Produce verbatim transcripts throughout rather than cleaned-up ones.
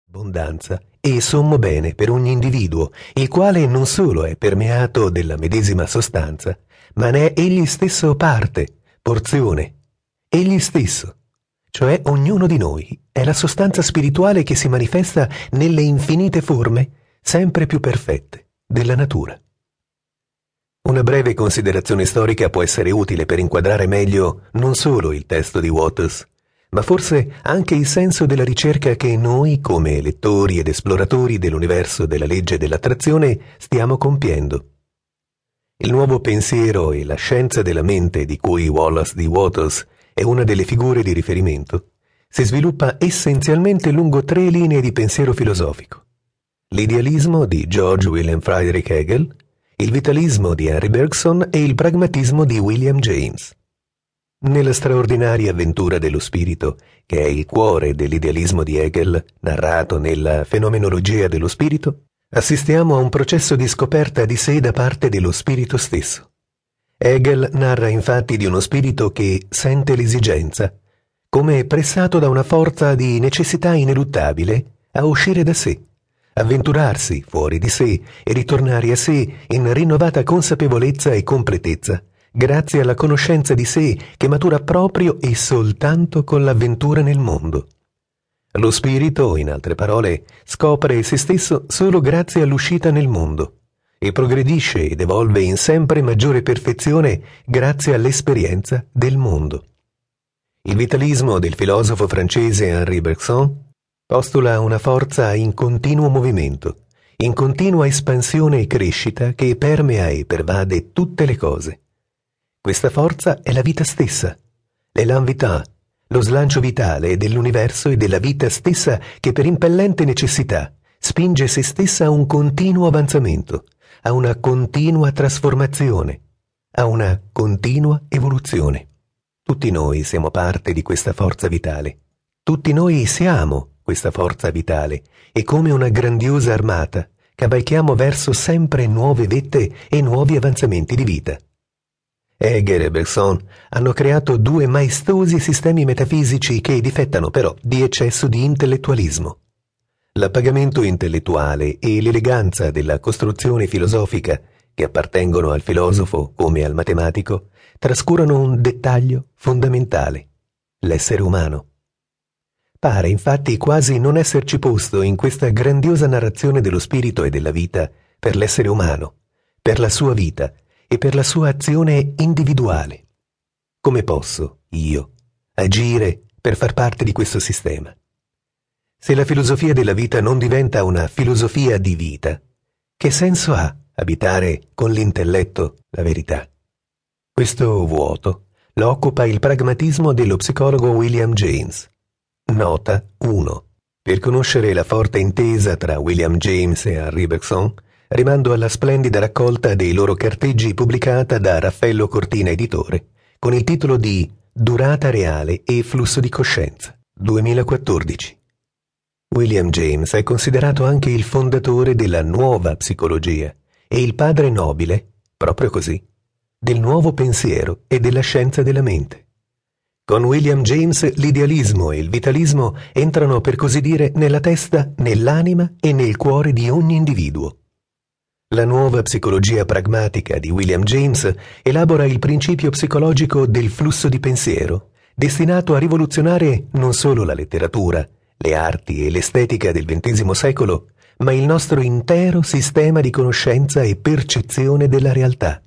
abbondanza e sommo bene per ogni individuo, il quale non solo è permeato della medesima sostanza, ma ne è egli stesso parte, porzione. Egli stesso, cioè ognuno di noi, è la sostanza spirituale che si manifesta nelle infinite forme, sempre più perfette, della natura. Una breve considerazione storica può essere utile per inquadrare meglio non solo il testo di Waters, ma forse anche il senso della ricerca che noi, come lettori ed esploratori dell'universo della legge dell'attrazione, stiamo compiendo. Il nuovo pensiero e la scienza della mente di cui Wallace D. Waters è una delle figure di riferimento, si sviluppa essenzialmente lungo tre linee di pensiero filosofico. L'idealismo di George William Friedrich Hegel, il vitalismo di Henry Bergson e il pragmatismo di William James. Nella straordinaria avventura dello spirito, che è il cuore dell'idealismo di Hegel, narrato nella Fenomenologia dello spirito, assistiamo a un processo di scoperta di sé da parte dello spirito stesso. Hegel narra infatti di uno spirito che sente l'esigenza, come pressato da una forza di necessità ineluttabile, a uscire da sé, avventurarsi fuori di sé e ritornare a sé in rinnovata consapevolezza e completezza, grazie alla conoscenza di sé che matura proprio e soltanto con l'avventura nel mondo. Lo spirito, in altre parole, scopre se stesso solo grazie all'uscita nel mondo e progredisce ed evolve in sempre maggiore perfezione grazie all'esperienza del mondo. Il vitalismo del filosofo francese Henry Bergson postula una forza in continuo movimento, in continua espansione e crescita che permea e pervade tutte le cose. Questa forza è la vita stessa, l'élan vital, lo slancio vitale dell'universo e della vita stessa che per impellente necessità spinge se stessa a un continuo avanzamento, a una continua trasformazione, a una continua evoluzione. Tutti noi siamo parte di questa forza vitale. Tutti noi siamo questa forza vitale e come una grandiosa armata cavalchiamo verso sempre nuove vette e nuovi avanzamenti di vita. Hegel e Bergson hanno creato due maestosi sistemi metafisici che difettano però di eccesso di intellettualismo. L'appagamento intellettuale e l'eleganza della costruzione filosofica, che appartengono al filosofo come al matematico, trascurano un dettaglio fondamentale: l'essere umano. Pare infatti quasi non esserci posto in questa grandiosa narrazione dello spirito e della vita per l'essere umano, per la sua vita e per la sua azione individuale. Come posso, io, agire per far parte di questo sistema? Se la filosofia della vita non diventa una filosofia di vita, che senso ha abitare con l'intelletto la verità? Questo vuoto lo occupa il pragmatismo dello psicologo William James. Nota uno. Per conoscere la forte intesa tra William James e Henry Bergson, rimando alla splendida raccolta dei loro carteggi pubblicata da Raffaello Cortina Editore, con il titolo di Durata reale e flusso di coscienza, duemilaquattordici. William James è considerato anche il fondatore della nuova psicologia e il padre nobile, proprio così, del nuovo pensiero e della scienza della mente. Con William James l'idealismo e il vitalismo entrano per così dire nella testa, nell'anima e nel cuore di ogni individuo. La nuova psicologia pragmatica di William James elabora il principio psicologico del flusso di pensiero, destinato a rivoluzionare non solo la letteratura, le arti e l'estetica del ventesimo secolo, ma il nostro intero sistema di conoscenza e percezione della realtà.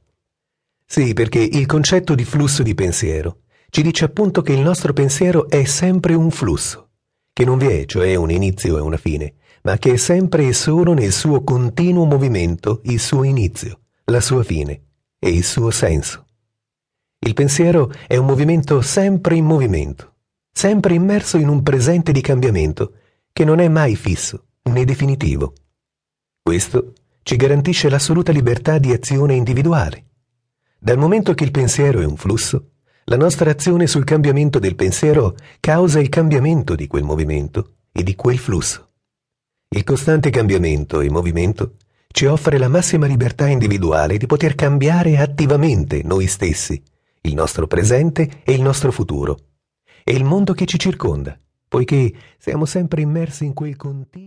Sì, perché il concetto di flusso di pensiero ci dice appunto che il nostro pensiero è sempre un flusso, che non vi è cioè un inizio e una fine, ma che è sempre e solo nel suo continuo movimento il suo inizio, la sua fine e il suo senso. Il pensiero è un movimento sempre in movimento, sempre immerso in un presente di cambiamento che non è mai fisso né definitivo. Questo ci garantisce l'assoluta libertà di azione individuale. Dal momento che il pensiero è un flusso, la nostra azione sul cambiamento del pensiero causa il cambiamento di quel movimento e di quel flusso. Il costante cambiamento e movimento ci offre la massima libertà individuale di poter cambiare attivamente noi stessi, il nostro presente e il nostro futuro, e il mondo che ci circonda, poiché siamo sempre immersi in quel continuo